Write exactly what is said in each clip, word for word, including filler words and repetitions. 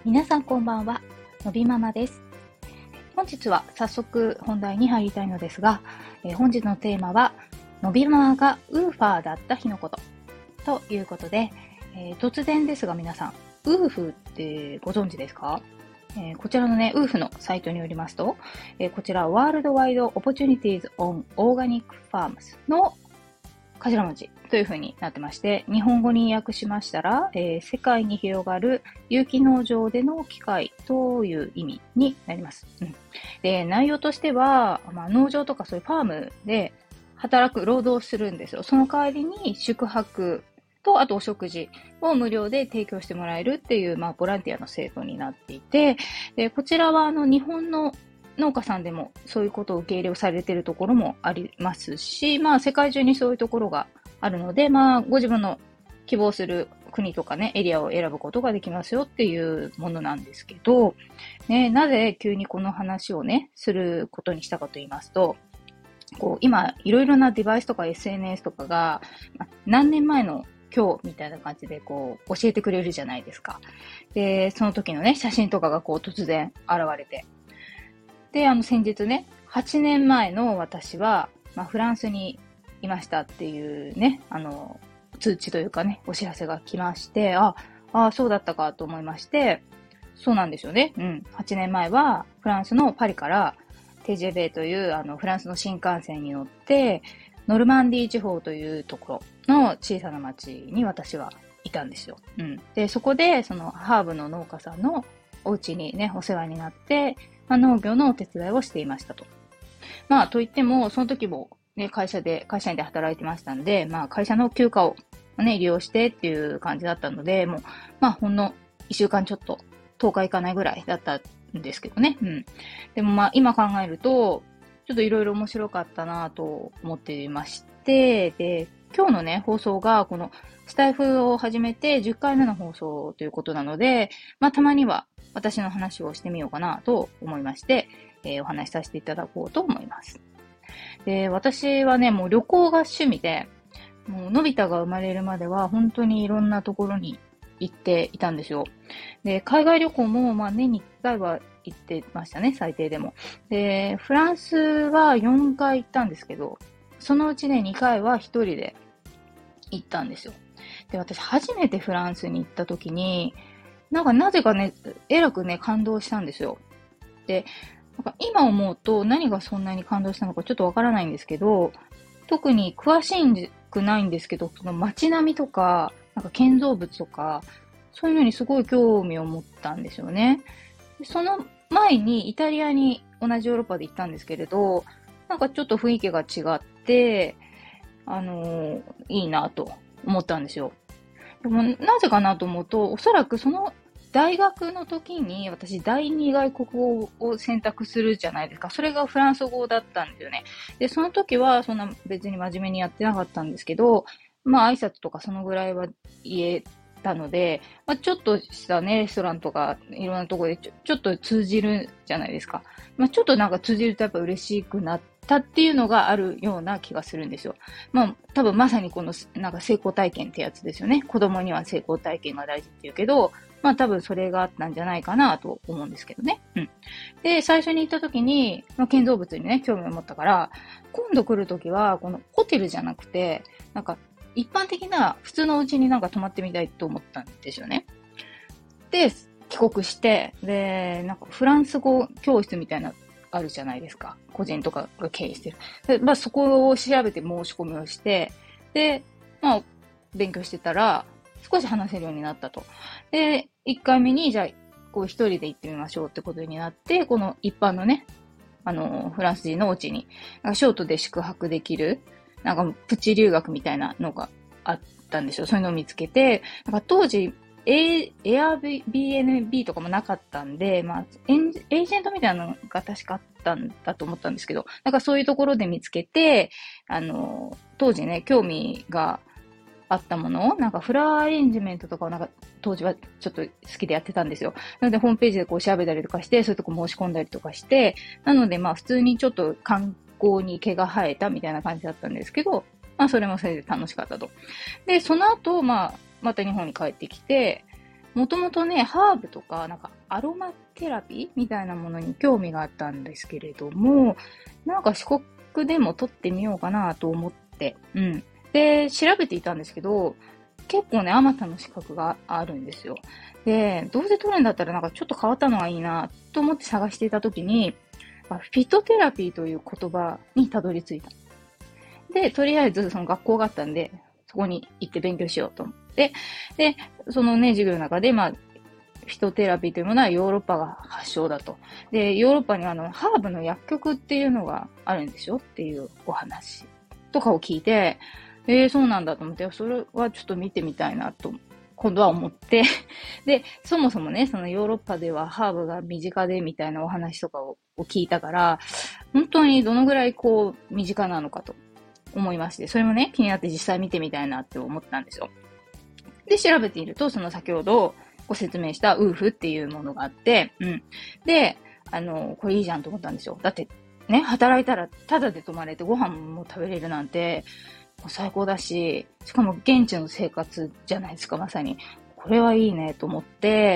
皆さんこんばんは、のびママです。本日は早速本題に入りたいのですが、えー、本日のテーマは、のびママがウーファーだった日のことということで、えー、突然ですが皆さん、ウーフってご存知ですか？えー、こちらのね、ウーフのサイトによりますと、えー、こちらワールドワイドオポチュニティーズオンオーガニックファームスの頭文字という風になってまして、日本語に訳しましたら、えー、世界に広がる有機農場での機会という意味になります。うん、で、内容としては、まあ、農場とかそういうファームで働く、労働するんですよ。その代わりに宿泊と、あとお食事を無料で提供してもらえるっていう、まあ、ボランティアの制度になっていて、でこちらはあの日本の農家さんでもそういうことを受け入れをされているところもありますし、まあ世界中にそういうところがあるので、まあご自分の希望する国とかね、エリアを選ぶことができますよっていうものなんですけど、ね、なぜ急にこの話をね、することにしたかと言いますと、こう今いろいろなデバイスとか エスエヌエス とかが、まあ、何年前の今日みたいな感じでこう教えてくれるじゃないですか。で、その時のね、写真とかがこう突然現れて、で、あの先日ね、はちねんまえの私は、まあ、フランスにいましたっていうね、あの、通知というかね、お知らせが来まして、あ、あ、そうだったかと思いまして、そうなんですよね。うん。はちねんまえは、フランスのパリから、テジェベという、あの、フランスの新幹線に乗って、ノルマンディー地方というところの小さな町に私はいたんですよ。うん。で、そこで、その、ハーブの農家さんのお家にね、お世話になって、まあ、農業のお手伝いをしていましたと。まあ、といっても、その時も、ね、会社で、会社員で働いてましたんで、まあ、会社の休暇を、ね、利用してっていう感じだったので、もう、まあ、ほんのいっしゅうかんちょっと、とおかいかないぐらいだったんですけどね。うん。でもまあ、今考えると、ちょっといろいろ面白かったなと思っていまして、で、今日のね、放送が、この、スタイフを始めてじゅっかいめの放送ということなので、まあ、たまには私の話をしてみようかなと思いまして、えー、お話しさせていただこうと思います。で、私はね、もう旅行が趣味で、もうのび太が生まれるまでは本当にいろんなところに行っていたんですよ。で、海外旅行もまあ年にいっかいは行ってましたね、最低でも。で、フランスはよんかい行ったんですけど、そのうちね、にかいはひとりで行ったんですよ。で、私初めてフランスに行った時に、なんかなぜかね、えらくね、感動したんですよ。で、なんか今思うと何がそんなに感動したのかちょっとわからないんですけど、特に詳しくないんですけど、その街並みとか、なんか建造物とか、そういうのにすごい興味を持ったんですよね。その前にイタリアに同じヨーロッパで行ったんですけれど、なんかちょっと雰囲気が違って、あのー、いいなと思ったんですよ。でもなぜかなと思うと、おそらくその大学の時に私第二外国語を選択するじゃないですか。それがフランス語だったんですよね。で、その時はそんな別に真面目にやってなかったんですけど、まあ挨拶とかそのぐらいは言えたので、まあ、ちょっとしたね、レストランとかいろんなところでちょちょっと通じるじゃないですか。まあ、ちょっとなんか通じるとやっぱ嬉しくなったっていうのがあるような気がするんですよ。まあ多分まさにこのなんか成功体験ってやつですよね。子供には成功体験が大事って言うけど、まあ多分それがあったんじゃないかなと思うんですけどね。うん。で、最初に行った時に、まあ、建造物にね、興味を持ったから、今度来る時は、このホテルじゃなくて、なんか一般的な普通のお家になんか泊まってみたいと思ったんですよね。で、帰国して、で、なんかフランス語教室みたいなあるじゃないですか。個人とかが経営してる。で、まあそこを調べて申し込みをして、で、まあ勉強してたら、少し話せるようになったと。で、いっかいめに、じゃあ、こう一人で行ってみましょうってことになって、この一般のね、あの、フランス人のお家に、ショートで宿泊できる、なんかプチ留学みたいなのがあったんですよ。そういうのを見つけて、なんか当時、エアビーエヌビー とかもなかったんで、まあ、エージェントみたいなのが確かあったんだと思ったんですけど、なんかそういうところで見つけて、あの、当時ね、興味があったものを、なんかフラワーアレンジメントとかをなんか当時はちょっと好きでやってたんですよ。なのでホームページでこう調べたりとかして、そういうとこ申し込んだりとかして、なのでまあ普通にちょっと観光に毛が生えたみたいな感じだったんですけど、まあそれもそれで楽しかったと。で、その後、まあ、また日本に帰ってきて、 もともとね、ハーブとか、なんかアロマテラピーみたいなものに興味があったんですけれども、なんか資格でも取ってみようかなと思って、うん。で、調べていたんですけど、結構ね、あまたの資格があるんですよ。で、どうせ取るんだったらなんかちょっと変わったのがいいなと思って探していたときに、フィトテラピーという言葉にたどり着いた。で、とりあえずその学校があったんで、そこに行って勉強しようと思って、で、そのね、授業の中で、まあ、フィトテラピーというものはヨーロッパが発祥だと。で、ヨーロッパにはあの、ハーブの薬局っていうのがあるんでしょっていうお話とかを聞いて、えー、そうなんだと思って、それはちょっと見てみたいなと、今度は思って、で、そもそもね、そのヨーロッパではハーブが身近でみたいなお話とかを聞いたから、本当にどのぐらいこう、身近なのかと思いまして、それもね、気になって実際見てみたいなって思ったんですよ。で、調べていると、その先ほどご説明したウーフっていうものがあって、うん。で、あの、これいいじゃんと思ったんですよ。だって、ね、働いたらタダで泊まれてご飯も食べれるなんて、もう最高だし、しかも現地の生活じゃないですか、まさに。これはいいねと思って、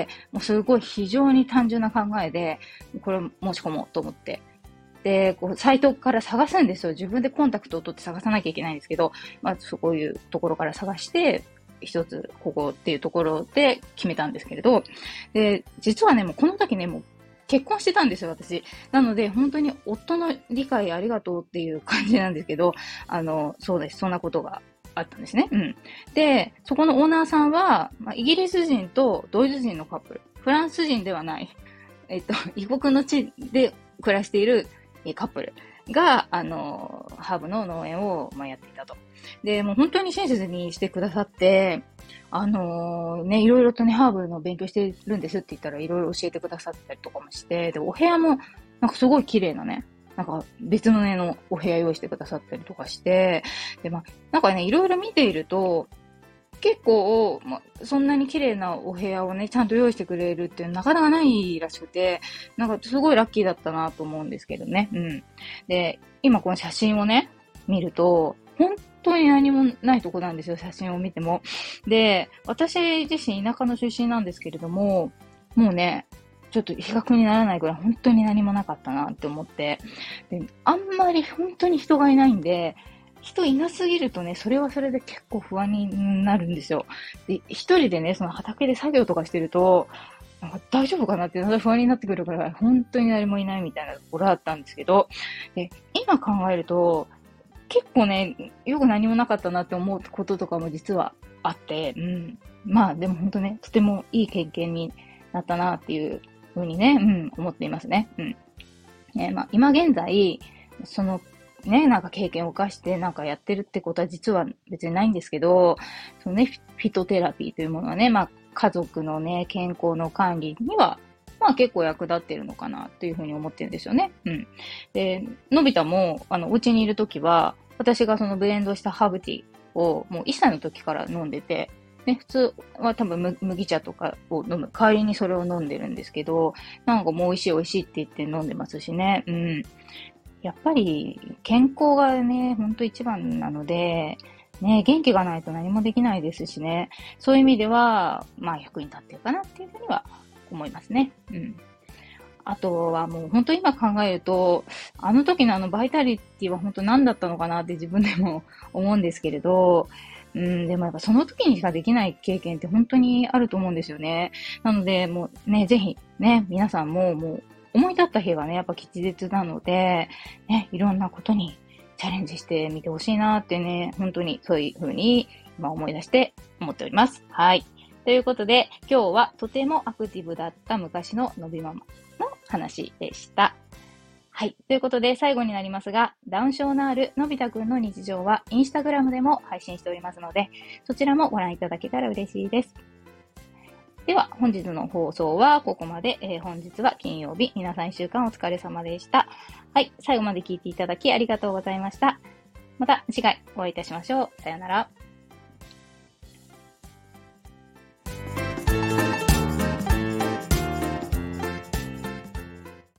もうすごい非常に単純な考えで、これ申し込もうと思って。で、こう、サイトから探すんですよ。自分でコンタクトを取って探さなきゃいけないんですけど、まあ、そういうところから探して、一つ、ここっていうところで決めたんですけれど、で、実はね、もうこの時ね、もう結婚してたんですよ、私。なので、本当に夫の理解ありがとうっていう感じなんですけど、あの、そうです。そんなことがあったんですね。うん。で、そこのオーナーさんは、まあ、イギリス人とドイツ人のカップル。フランス人ではない。えっと、異国の地で暮らしているカップルが、あの、ハーブの農園を、まあ、やっていたと。で、もう本当に親切にしてくださって、あのー、ね、いろいろとね、ハーブの勉強してるんですって言ったらいろいろ教えてくださったりとかもして、で、お部屋もなんかすごい綺麗なね、なんか別のねのお部屋用意してくださったりとかして、で、まあ、なんかね、いろいろ見ていると、結構、まあ、そんなに綺麗なお部屋をね、ちゃんと用意してくれるっていうのはなかなかないらしくて、なんかすごいラッキーだったなと思うんですけどね。うん。で、今この写真をね、見ると、本当に何もないとこなんですよ、写真を見ても。で、私自身田舎の出身なんですけれども、もうね、ちょっと比較にならないぐらい本当に何もなかったなって思って、で、あんまり本当に人がいないんで、人いなすぎるとね、それはそれで結構不安になるんですよ。で、一人でね、その畑で作業とかしてると、なんか大丈夫かなって不安になってくるから、本当に誰もいないみたいなところだったんですけど、で、今考えると、結構ね、よく何もなかったなって思うこととかも実はあって、うん。まあでも本当ね、とてもいい経験になったなっていうふうにね、うん、思っていますね。うん。ね、まあ今現在、そのね、なんか経験を犯してなんかやってるってことは実は別にないんですけど、そのね、フィトテラピーというものはね、まあ家族のね、健康の管理には、まあ結構役立ってるのかなっていうふうに思ってるんですよね。うん。で、のび太も、あの、お家にいるときは、私がそのブレンドしたハーブティーをもういっさいの時から飲んでて、ね、普通は多分麦茶とかを飲む。代わりにそれを飲んでるんですけど、なんかもう美味しい美味しいって言って飲んでますしね。うん。やっぱり健康がね、ほんと一番なので、ね、元気がないと何もできないですしね。そういう意味では、まあ役に立ってるかなっていうふうには思いますね。うん。あとはもう本当今考えると、あの時のあのバイタリティは本当何だったのかなって自分でも思うんですけれど、うん、でもやっぱその時にしかできない経験って本当にあると思うんですよね。なのでもうね、ぜひね、皆さんももう思い立った日がね、やっぱ吉日なので、ね、いろんなことにチャレンジしてみてほしいなってね、本当にそういう風に今思い出して思っております。はい。ということで、今日はとてもアクティブだった昔ののびママの話でした。はい。ということで、最後になりますが、ダウン症のあるのび太くんの日常はインスタグラムでも配信しておりますので、そちらもご覧いただけたら嬉しいです。では、本日の放送はここまで。えー、本日は金曜日。皆さん一週間お疲れ様でした。はい。最後まで聞いていただきありがとうございました。また次回お会いいたしましょう。さよなら。